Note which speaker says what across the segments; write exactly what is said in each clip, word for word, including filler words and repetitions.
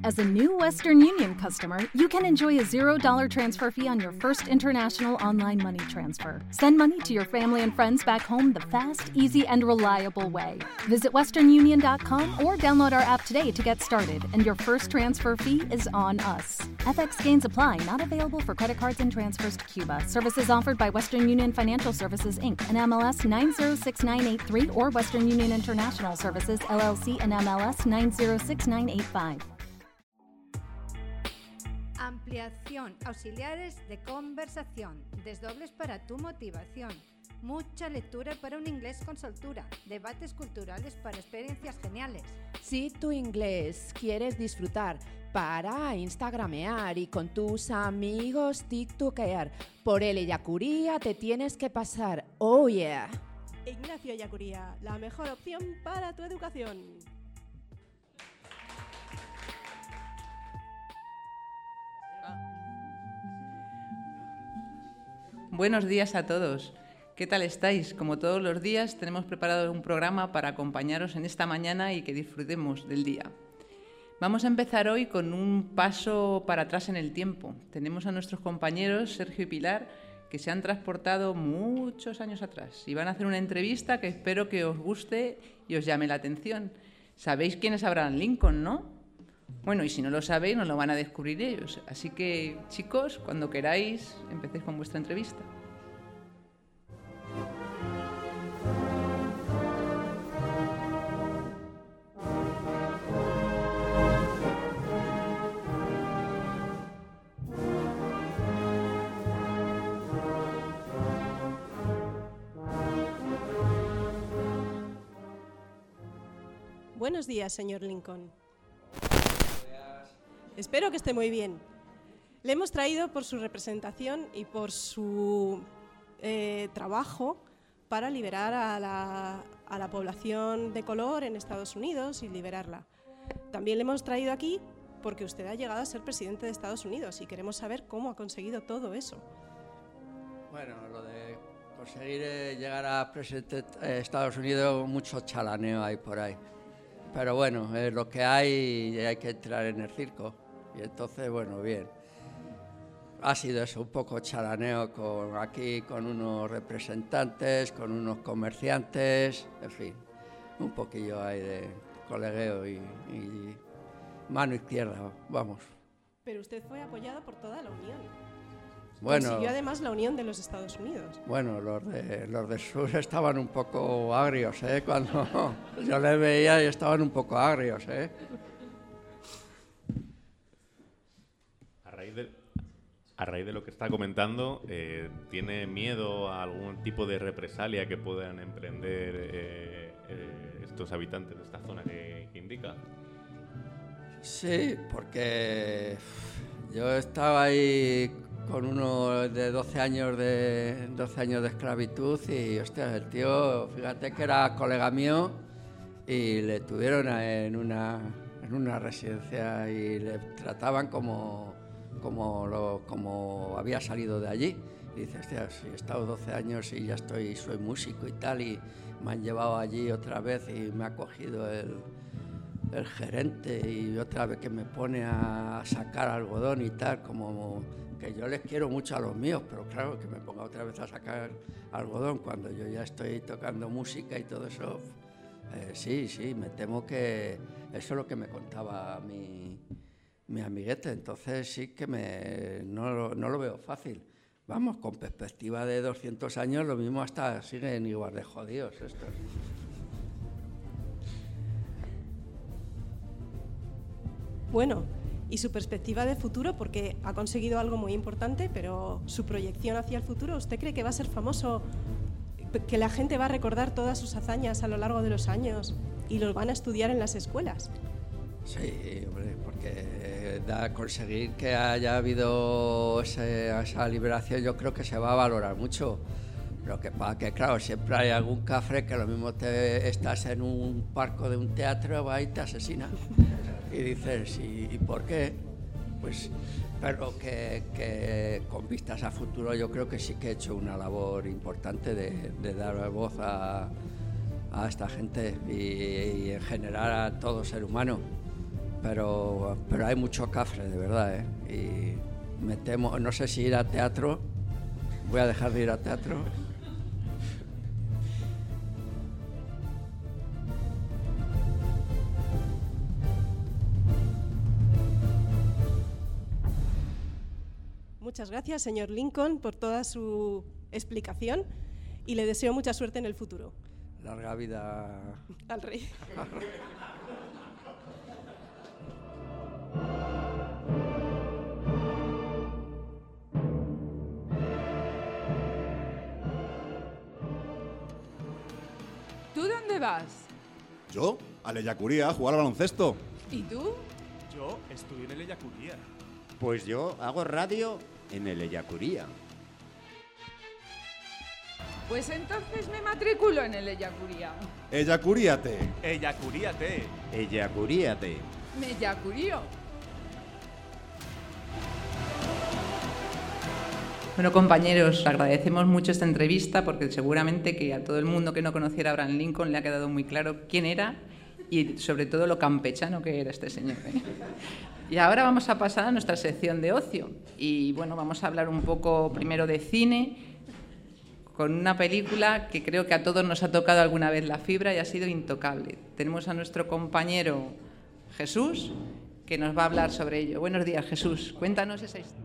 Speaker 1: As a new Western Union customer, you can enjoy a zero dollar transfer fee on your first international online money transfer. Send money to your family and friends back home the fast, easy, and reliable way. Visit western union dot com or download our app today to get started, and your first transfer fee is on us. F X gains apply, not available for credit cards and transfers to Cuba. Services offered by Western Union Financial Services, Incorporated, and M L S nine zero six nine eight three or Western Union International Services, L L C, and M L S nine zero six nine eight five.
Speaker 2: Ampliación, auxiliares de conversación, desdobles para tu motivación, mucha lectura para un inglés con soltura, debates culturales para experiencias geniales.
Speaker 3: Si tu inglés quieres disfrutar para instagramear y con tus amigos tiktokear, por el Ellacuría te tienes que pasar, oh yeah.
Speaker 4: Ignacio Ellacuría, la mejor opción para tu educación.
Speaker 5: Buenos días a todos. ¿Qué tal estáis? Como todos los días, tenemos preparado un programa para acompañaros en esta mañana y que disfrutemos del día. Vamos a empezar hoy con un paso para atrás en el tiempo. Tenemos a nuestros compañeros Sergio y Pilar, que se han transportado muchos años atrás y van a hacer una entrevista que espero que os guste y os llame la atención. Sabéis quién es Abraham Lincoln, ¿no? Bueno, y si no lo sabéis, nos lo van a descubrir ellos. Así que, chicos, cuando queráis, empecéis con vuestra entrevista.
Speaker 4: Buenos días, señor Lincoln. Espero que esté muy bien. Le hemos traído por su representación y por su eh, trabajo para liberar a la, a la población de color en Estados Unidos y liberarla. También le hemos traído aquí porque usted ha llegado a ser presidente de Estados Unidos y queremos saber cómo ha conseguido todo eso.
Speaker 6: Bueno, lo de conseguir eh, llegar a presidente de Estados Unidos, mucho chalaneo hay por ahí. Pero bueno, es lo que hay y hay que entrar en el circo. Y entonces, bueno, bien. Ha sido eso, un poco chalaneo con, aquí con unos representantes, con unos comerciantes, en fin, un poquillo ahí de colegueo y, y mano izquierda, vamos.
Speaker 4: Pero usted fue apoyado por toda la Unión.
Speaker 6: Bueno,
Speaker 4: consiguió además la unión de los Estados Unidos.
Speaker 6: Bueno, los de los del sur estaban un poco agrios, ¿eh? Cuando yo les veía y estaban un poco agrios, ¿eh?
Speaker 7: A raíz de, a raíz de lo que está comentando, eh, ¿tiene miedo a algún tipo de represalia que puedan emprender eh, eh, estos habitantes de esta zona que, que indica?
Speaker 6: Sí, porque yo estaba ahí con uno de doce años de doce años de esclavitud y, hostia, el tío, fíjate que era colega mío y le tuvieron en una, en una residencia y le trataban como, como, lo, como había salido de allí. Y dice, hostia, si he estado doce años y ya estoy, soy músico y tal, y me han llevado allí otra vez y me ha cogido el, el gerente y otra vez que me pone a sacar algodón y tal, como que yo les quiero mucho a los míos, pero claro, que me ponga otra vez a sacar algodón cuando yo ya estoy tocando música y todo eso. Eh, sí, sí, me temo que eso es lo que me contaba mi, mi amiguete, entonces sí que me, no, no lo veo fácil. Vamos, con perspectiva de doscientos años, lo mismo hasta siguen igual de jodidos estos.
Speaker 4: Bueno, y su perspectiva de futuro, porque ha conseguido algo muy importante, pero su proyección hacia el futuro, ¿usted cree que va a ser famoso, que la gente va a recordar todas sus hazañas a lo largo de los años y los van a estudiar en las escuelas?
Speaker 6: Sí, hombre, porque da conseguir que haya habido ese, esa liberación, yo creo que se va a valorar mucho. Lo que pasa que, claro, siempre hay algún cafre que lo mismo te estás en un palco de un teatro, va y te asesina. Y dices, ¿y, ¿y por qué? Pues, pero que, que con vistas a futuro yo creo que sí que he hecho una labor importante de, de dar voz a, a esta gente y, y en general a todo ser humano. pero, pero hay mucho cafre, de verdad, ¿eh? Y me temo, no sé si ir a teatro, voy a dejar de ir a teatro.
Speaker 4: Muchas gracias, señor Lincoln, por toda su explicación y le deseo mucha suerte en el futuro.
Speaker 6: Larga vida
Speaker 4: al rey.
Speaker 3: ¿Tú dónde vas?
Speaker 8: Yo, a Leyacuría, a jugar al baloncesto.
Speaker 3: ¿Y tú?
Speaker 9: Yo estudio en el Leyacuría.
Speaker 10: Pues yo hago radio en el Leyacuría.
Speaker 3: Pues entonces me matriculo en el Ellacuría.
Speaker 8: Ellacuríate.
Speaker 9: Ellacuríate.
Speaker 10: Ellacuríate.
Speaker 3: Me ellacurío.
Speaker 5: Bueno, compañeros, agradecemos mucho esta entrevista porque seguramente que a todo el mundo que no conociera a Abraham Lincoln le ha quedado muy claro quién era y sobre todo lo campechano que era este señor, ¿eh? Y ahora vamos a pasar a nuestra sección de ocio. Y bueno, vamos a hablar un poco primero de cine, con una película que creo que a todos nos ha tocado alguna vez la fibra y ha sido intocable. Tenemos a nuestro compañero Jesús, que nos va a hablar sobre ello. Buenos días, Jesús. Cuéntanos esa historia.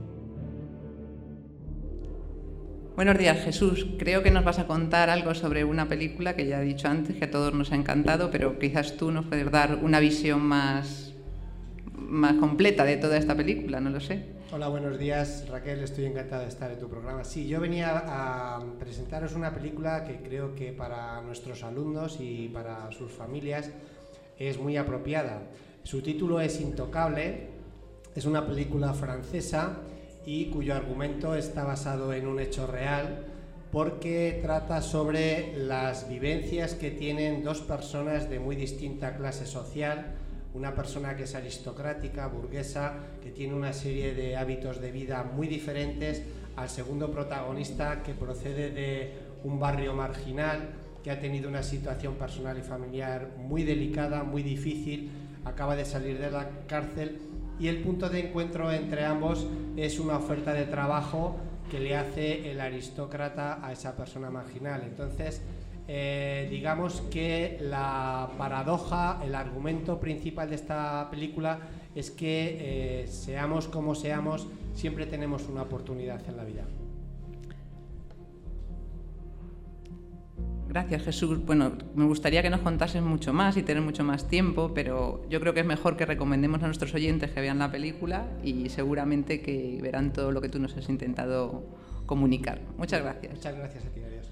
Speaker 5: Buenos días, Jesús. Creo que nos vas a contar algo sobre una película que ya he dicho antes, que a todos nos ha encantado, pero quizás tú nos puedes dar una visión más, más completa de toda esta película, no lo sé.
Speaker 11: Hola, buenos días, Raquel. Estoy encantado de estar en tu programa. Sí, yo venía a presentaros una película que creo que para nuestros alumnos y para sus familias es muy apropiada. Su título es Intocable, es una película francesa y cuyo argumento está basado en un hecho real porque trata sobre las vivencias que tienen dos personas de muy distinta clase social. Una persona que es aristocrática, burguesa, que tiene una serie de hábitos de vida muy diferentes al segundo protagonista que procede de un barrio marginal, que ha tenido una situación personal y familiar muy delicada, muy difícil, acaba de salir de la cárcel y el punto de encuentro entre ambos es una oferta de trabajo que le hace el aristócrata a esa persona marginal. Entonces, Eh, digamos que la paradoja, el argumento principal de esta película es que eh, seamos como seamos, siempre tenemos una oportunidad en la vida.
Speaker 5: Gracias, Jesús. Bueno, me gustaría que nos contases mucho más y tener mucho más tiempo, pero yo creo que es mejor que recomendemos a nuestros oyentes que vean la película y seguramente que verán todo lo que tú nos has intentado comunicar. Muchas gracias.
Speaker 11: Muchas gracias a ti, adiós.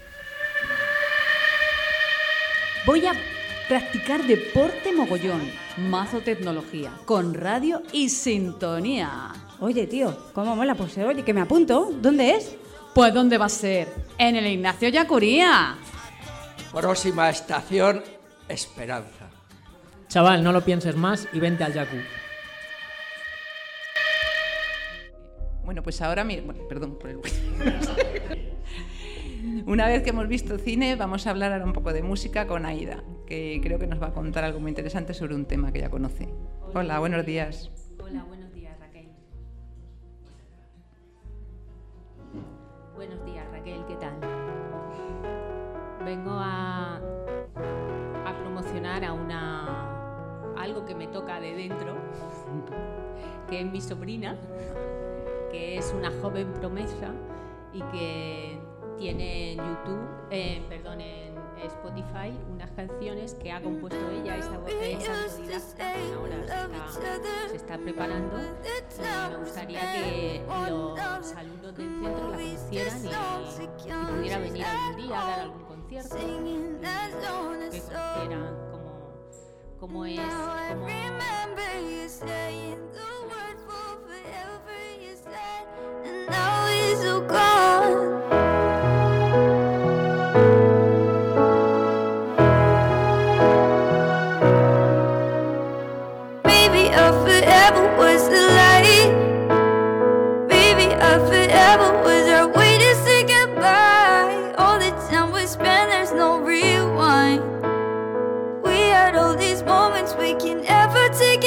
Speaker 12: Voy a practicar deporte mogollón, mazo tecnología, con radio y sintonía.
Speaker 13: Oye, tío, ¿cómo mola? Pues oye, que me apunto. ¿Dónde es?
Speaker 12: Pues ¿dónde va a ser? En el Ignacio Ellacuría.
Speaker 6: Próxima estación, Esperanza.
Speaker 14: Chaval, no lo pienses más y vente al Yaku.
Speaker 5: Bueno, pues ahora, mira, bueno, perdón por el... Una vez que hemos visto cine, vamos a hablar ahora un poco de música con Aida, que creo que nos va a contar algo muy interesante sobre un tema que ya conoce. Hola, Hola buenos días.
Speaker 15: Hola, buenos días, Raquel. Buenos días, Raquel, ¿qué tal? Vengo a, a promocionar a una algo que me toca de dentro, que es mi sobrina, que es una joven promesa y que tiene en YouTube, eh, perdón, en Spotify, unas canciones que ha compuesto ella, esa voz es autodidacta, ahora se está, se está preparando. Y me gustaría que los alumnos del centro la conocieran y, y pudiera venir algún día a dar algún concierto, que, que conocieran cómo, cómo es, cómo...
Speaker 16: Take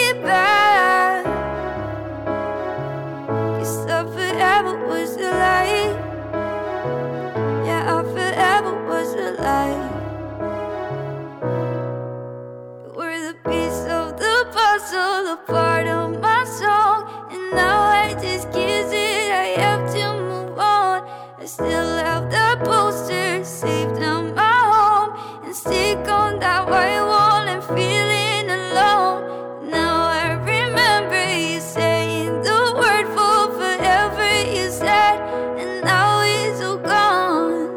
Speaker 16: a part of my song, and now I just kiss it. I have to move on. I still have the poster saved on my home, and stick on that white wall and feeling alone. Now I remember you saying the word for forever. You said, and now it's all gone.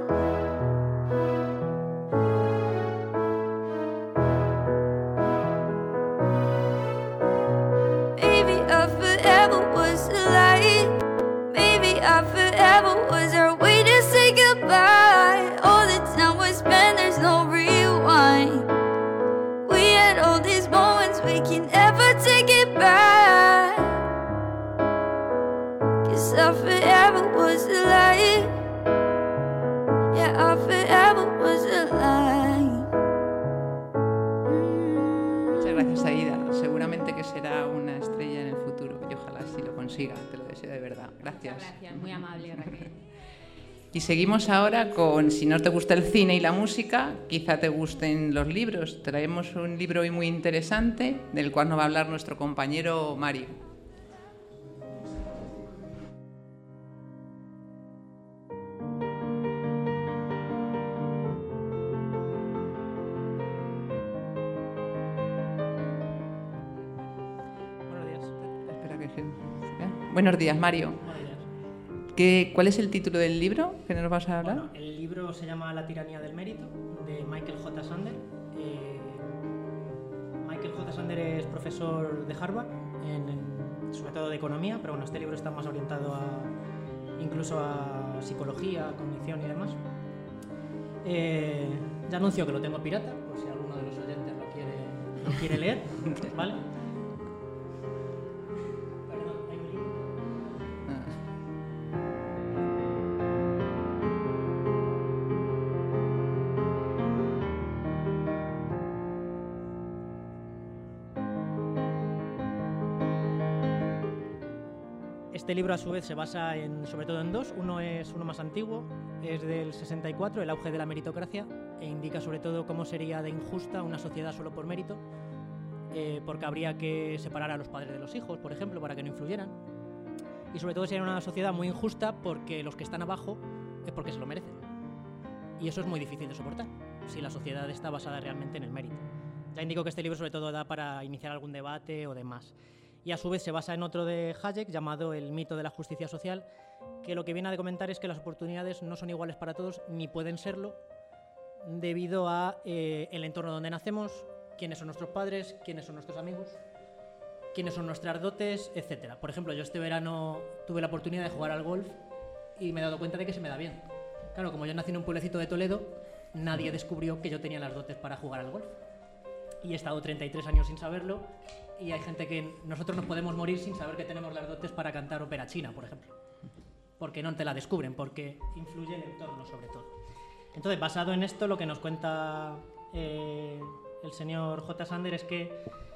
Speaker 16: Maybe I forever was a lie. Maybe I forever was our way to say goodbye. All the time we spent, there's no rewind. We had all these moments, we can never take it back. Cause I forever was a lie. Yeah, I forever was a lie.
Speaker 5: Muchas gracias, Aida. Seguramente que será una estrella en el futuro y ojalá sí lo consiga, te lo deseo de verdad. Gracias.
Speaker 15: Muchas gracias, muy amable, Raquel.
Speaker 5: Y seguimos ahora con, si no te gusta el cine y la música, quizá te gusten los libros. Traemos un libro hoy muy interesante del cual nos va a hablar nuestro compañero Mario. Espera que... ¿eh? Buenos días, Mario. ¿Qué, ¿Cuál es el título del libro que nos vas a hablar?
Speaker 17: Bueno, el libro se llama La tiranía del mérito, de Michael J. Sander. Eh, Michael J. Sander es profesor de Harvard, en, en, sobre todo de economía, pero bueno, este libro está más orientado a, incluso a psicología, a cognición y demás. Eh, ya anuncio que lo tengo pirata, por si alguno de los oyentes lo quiere, lo quiere leer, ¿vale? Este libro a su vez se basa en, sobre todo en dos. Uno es uno más antiguo, es del sesenta y cuatro, El auge de la meritocracia, e indica sobre todo cómo sería de injusta una sociedad solo por mérito, eh, porque habría que separar a los padres de los hijos, por ejemplo, para que no influyeran. Y sobre todo sería una sociedad muy injusta porque los que están abajo es porque se lo merecen. Y eso es muy difícil de soportar, si la sociedad está basada realmente en el mérito. Ya indico que este libro sobre todo da para iniciar algún debate o demás. Y a su vez se basa en otro de Hayek llamado El mito de la justicia social, que lo que viene a comentar es que las oportunidades no son iguales para todos ni pueden serlo debido a eh, el entorno donde nacemos, quiénes son nuestros padres, quiénes son nuestros amigos, quiénes son nuestras dotes, etcétera. Por ejemplo, yo este verano tuve la oportunidad de jugar al golf y me he dado cuenta de que se me da bien. Claro, como yo nací en un pueblecito de Toledo, nadie descubrió que yo tenía las dotes para jugar al golf. Y he estado treinta y tres años sin saberlo, y hay gente que nosotros nos podemos morir sin saber que tenemos las dotes para cantar ópera china, por ejemplo, porque no te la descubren, porque influye el entorno sobre todo. Entonces, basado en esto, lo que nos cuenta eh, el señor J. Sander es que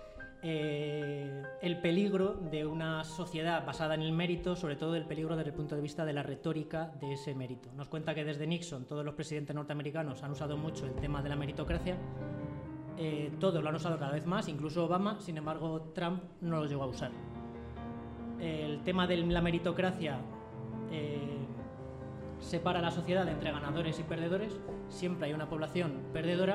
Speaker 17: eh, el peligro de una sociedad basada en el mérito, sobre todo el peligro desde el punto de vista de la retórica de ese mérito. Nos cuenta que desde Nixon todos los presidentes norteamericanos han usado mucho el tema de la meritocracia. Eh, todos lo han usado cada vez más, incluso Obama, sin embargo Trump no lo llegó a usar. El tema de la meritocracia eh, separa a la sociedad entre ganadores y perdedores. Siempre hay una población perdedora,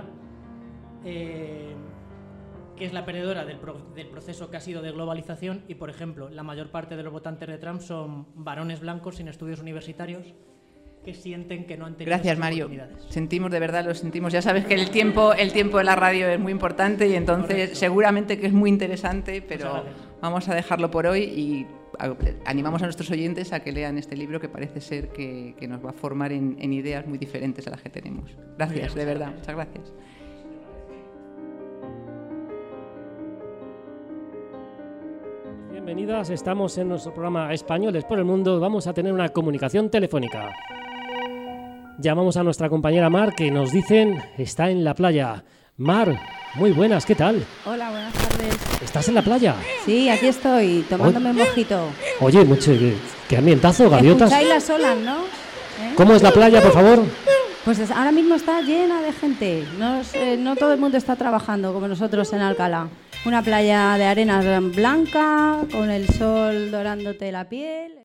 Speaker 17: eh, que es la perdedora del, pro del proceso que ha sido de globalización, y por ejemplo la mayor parte de los votantes de Trump son varones blancos sin estudios universitarios, que sienten que no han tenido
Speaker 5: Gracias, Mario. Sentimos, de verdad, lo sentimos. Ya sabes que el tiempo, el tiempo de la radio es muy importante y entonces Correcto. Seguramente que es muy interesante, pero vamos a dejarlo por hoy y animamos a nuestros oyentes a que lean este libro, que parece ser que, que nos va a formar en, en ideas muy diferentes a las que tenemos. Gracias, bien, de verdad. Muchas gracias.
Speaker 18: Bienvenidas, estamos en nuestro programa Españoles por el Mundo. Vamos a tener una comunicación telefónica. Llamamos a nuestra compañera Mar, que nos dicen está en la playa. Mar, muy buenas, ¿qué tal?
Speaker 19: Hola, buenas tardes.
Speaker 18: ¿Estás en la playa?
Speaker 19: Sí, aquí estoy, tomándome un mojito.
Speaker 18: Oye, mucho, qué ambientazo, gaviotas.
Speaker 19: Escucháis las olas, ¿no? ¿Eh?
Speaker 18: ¿Cómo es la playa, por favor?
Speaker 19: Pues ahora mismo está llena de gente. No, eh, no todo el mundo está trabajando como nosotros en Alcalá. Una playa de arena blanca, con el sol dorándote la piel.